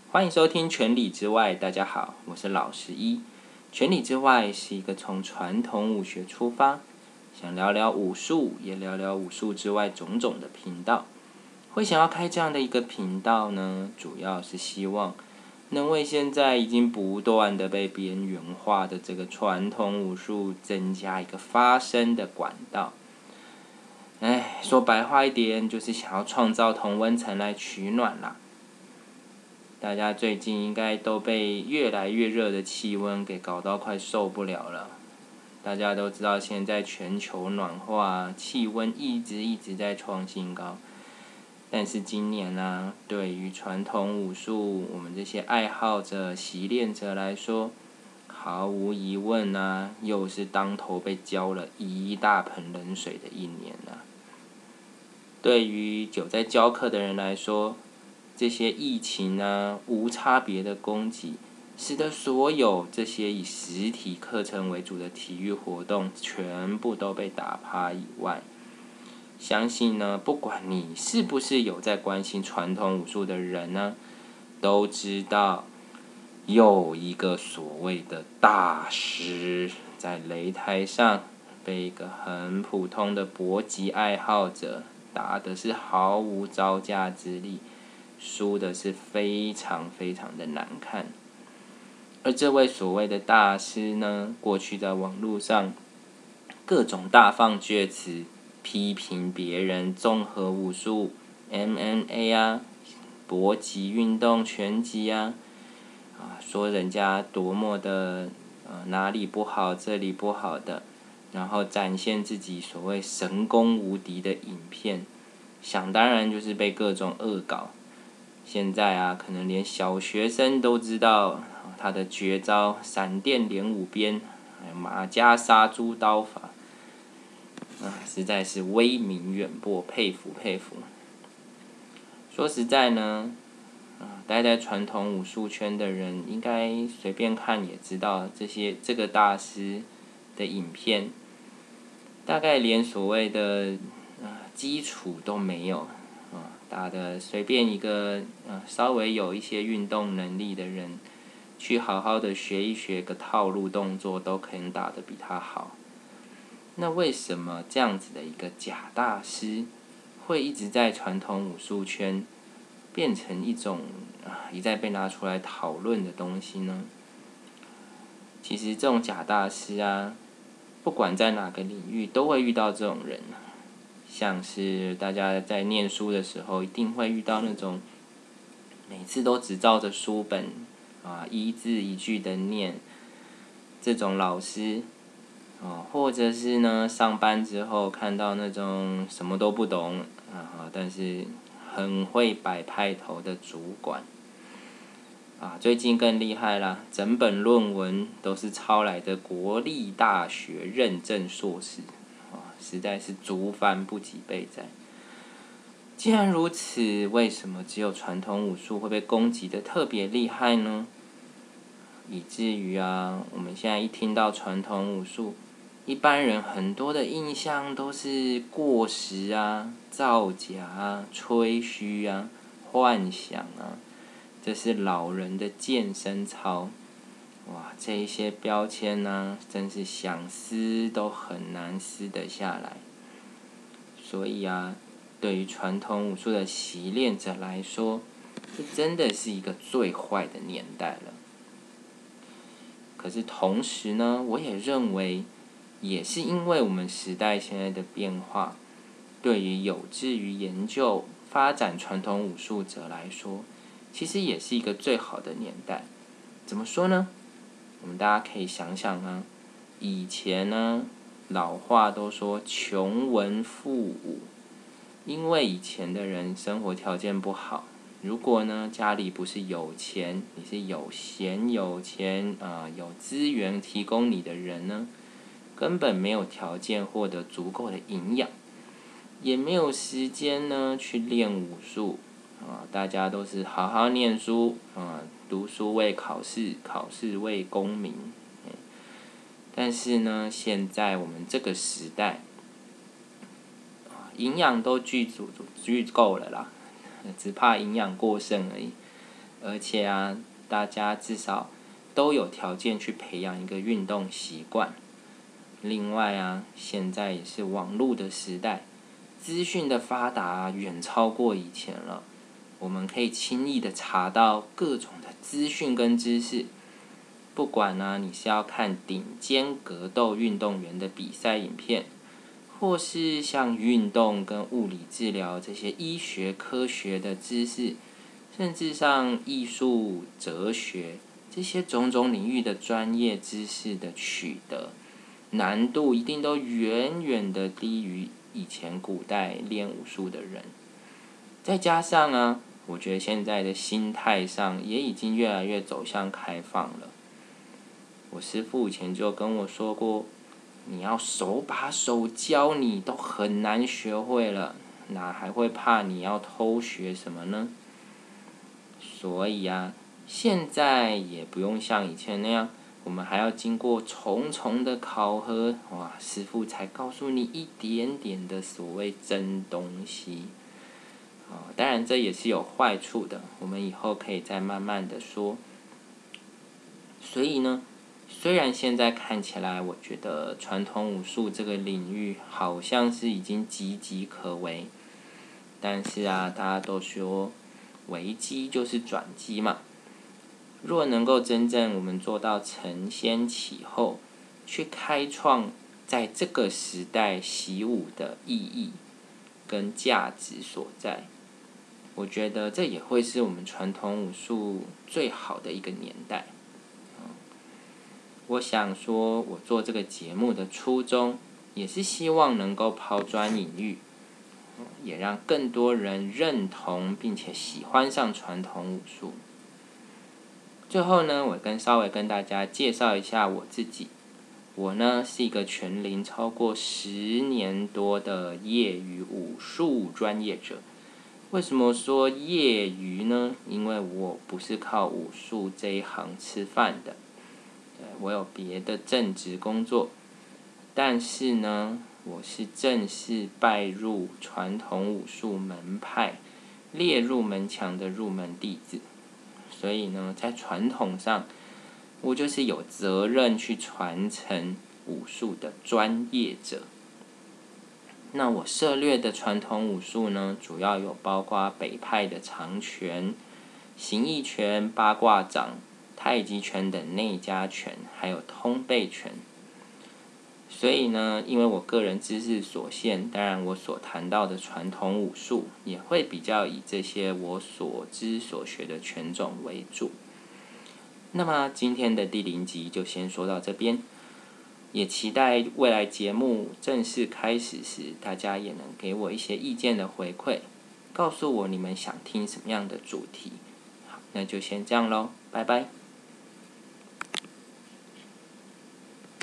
欢迎收听《全理之外》，大家好，我是老十一。全理之外是一个从传统武学出发，想聊聊武术，也聊聊武术之外种种的频道。会想要开这样的一个频道呢，主要是希望能为现在已经不断的被边缘化的这个传统武术增加一个发声的管道。说白话一点，就是想要创造同温层来取暖啦。大家最近应该都被越来越热的气温给搞到快受不了了。大家都知道，现在全球暖化，气温一直在创新高。但是今年呢，对于传统武术，我们这些爱好者、习练者来说，毫无疑问啊，又是当头被浇了一大盆冷水的一年啊。对于久在教课的人来说，这些疫情啊，无差别的攻击，使得所有这些以实体课程为主的体育活动全部都被打趴以外，相信呢，不管你是不是有在关心传统武术的人呢，都知道又一个所谓的大师在擂台上被一个很普通的搏击爱好者打的是毫无招架之力，输的是非常的难看。而这位所谓的大师呢，过去在网络上各种大放厥词，批评别人综合武术、MMA 啊、搏击运动、拳击啊，说人家多么的哪里不好，这里不好的，然后展现自己所谓神功无敌的影片，想当然就是被各种恶搞。现在啊，可能连小学生都知道他的绝招闪电连五鞭，马家杀猪刀法，实在是威名远播，佩服。说实在呢，待在传统武术圈的人，应该随便看也知道，这个大师的影片，大概连所谓的基础都没有。打的随便一个稍微有一些运动能力的人，去好好的学一学个套路动作，都可以打得比他好。那为什么这样子的一个假大师，会一直在传统武术圈变成一种一再被拿出来讨论的东西呢？其实这种假大师啊，不管在哪个领域都会遇到这种人。像是大家在念书的时候，一定会遇到那种每次都只照着书本一字一句的念这种老师，或者是呢上班之后看到那种什么都不懂但是很会摆派头的主管。最近更厉害啦，整本论文都是抄来的国立大学认证硕士。实在是竹繁不及备载。既然如此，为什么只有传统武术会被攻击的特别厉害呢？以至于我们现在一听到传统武术，一般人很多的印象都是过时造假吹嘘幻想这是老人的健身操。这一些标签呢，真是想撕都很难撕得下来。所以对于传统武术的习练者来说，这真的是一个最坏的年代了。可是同时呢，我也认为，也是因为我们时代现在的变化，对于有志于研究、发展传统武术者来说，其实也是一个最好的年代。怎么说呢？我们大家可以想想以前呢，老话都说穷文富武，因为以前的人生活条件不好，如果呢家里不是有钱，你是有闲有钱有资源提供你的人呢，根本没有条件获得足够的营养，也没有时间呢去练武术大家都是好好念书读书为考试，考试为功名。但是呢，现在我们这个时代，营养都具够了啦，只怕营养过剩而已。 而且大家至少都有条件去培养一个运动习惯。另外现在也是网络的时代，资讯的发达远超过以前了。我们可以轻易的查到各种的资讯跟知识，不管你是要看顶尖格斗运动员的比赛影片，或是像运动跟物理治疗这些医学科学的知识，甚至像艺术、哲学这些种种领域的专业知识的取得，难度一定都远远的低于以前古代练武术的人。再加上我觉得现在的心态上也已经越来越走向开放了。我师父以前就跟我说过，你要手把手教你都很难学会了，哪还会怕你要偷学什么呢？所以现在也不用像以前那样，我们还要经过重重的考核，师父才告诉你一点点的所谓真东西。当然这也是有坏处的，我们以后可以再慢慢的说。所以虽然现在看起来我觉得传统武术这个领域好像是已经岌岌可危，但是大家都说危机就是转机嘛。若能够真正我们做到承先启后，去开创在这个时代习武的意义跟价值所在，我觉得这也会是我们传统武术最好的一个年代。我想说，我做这个节目的初衷，也是希望能够抛砖引玉，也让更多人认同并且喜欢上传统武术。最后我稍微跟大家介绍一下我自己。我是一个全龄超过10年多的业余武术专业者。为什么说业余呢？因为我不是靠武术这一行吃饭的，我有别的正职工作，但是我是正式拜入传统武术门派，列入门墙的入门弟子。所以在传统上，我就是有责任去传承武术的专业者。那我涉猎的传统武术主要有包括北派的长拳、形意拳、八卦掌、太极拳等内家拳，还有通背拳。所以因为我个人知识所限，当然我所谈到的传统武术也会比较以这些我所知所学的拳种为主。那么今天的第0集就先说到这边，也期待未来节目正式开始时，大家也能给我一些意见的回馈，告诉我你们想听什么样的主题。好，那就先这样咯，拜拜。